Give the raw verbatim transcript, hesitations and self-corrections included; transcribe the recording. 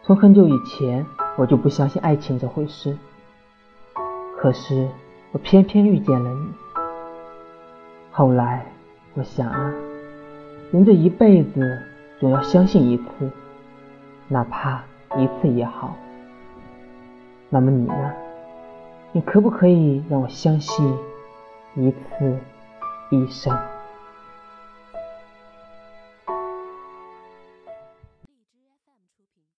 从很久以前我就不相信爱情这回事，可是我偏偏遇见了你。后来我想啊，人这一辈子总要相信一次，哪怕一次也好。那么你呢？你可不可以让我相信一次一生？